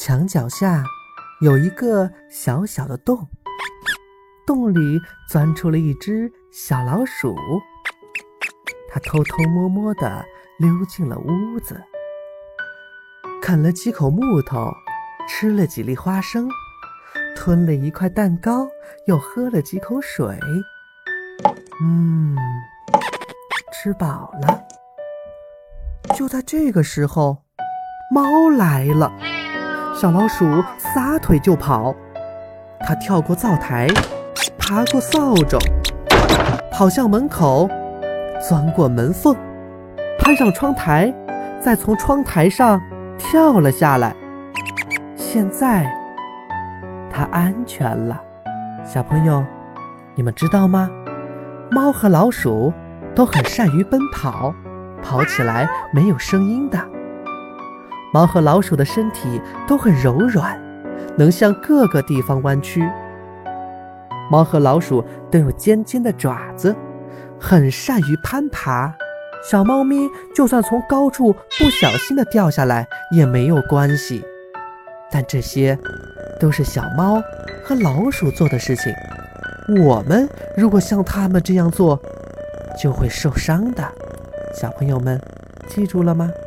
墙角下有一个小小的洞，洞里钻出了一只小老鼠。它偷偷摸摸地溜进了屋子，啃了几口木头，吃了几粒花生，吞了一块蛋糕，又喝了几口水。吃饱了。就在这个时候，猫来了。小老鼠撒腿就跑，它跳过灶台，爬过扫帚，跑向门口，钻过门缝，攀上窗台，再从窗台上跳了下来。现在它安全了。小朋友，你们知道吗？猫和老鼠都很善于奔跑，跑起来没有声音的。猫和老鼠的身体都很柔软，能向各个地方弯曲。猫和老鼠都有尖尖的爪子，很善于攀爬。小猫咪就算从高处不小心地掉下来也没有关系。但这些都是小猫和老鼠做的事情，我们如果像它们这样做，就会受伤的。小朋友们，记住了吗？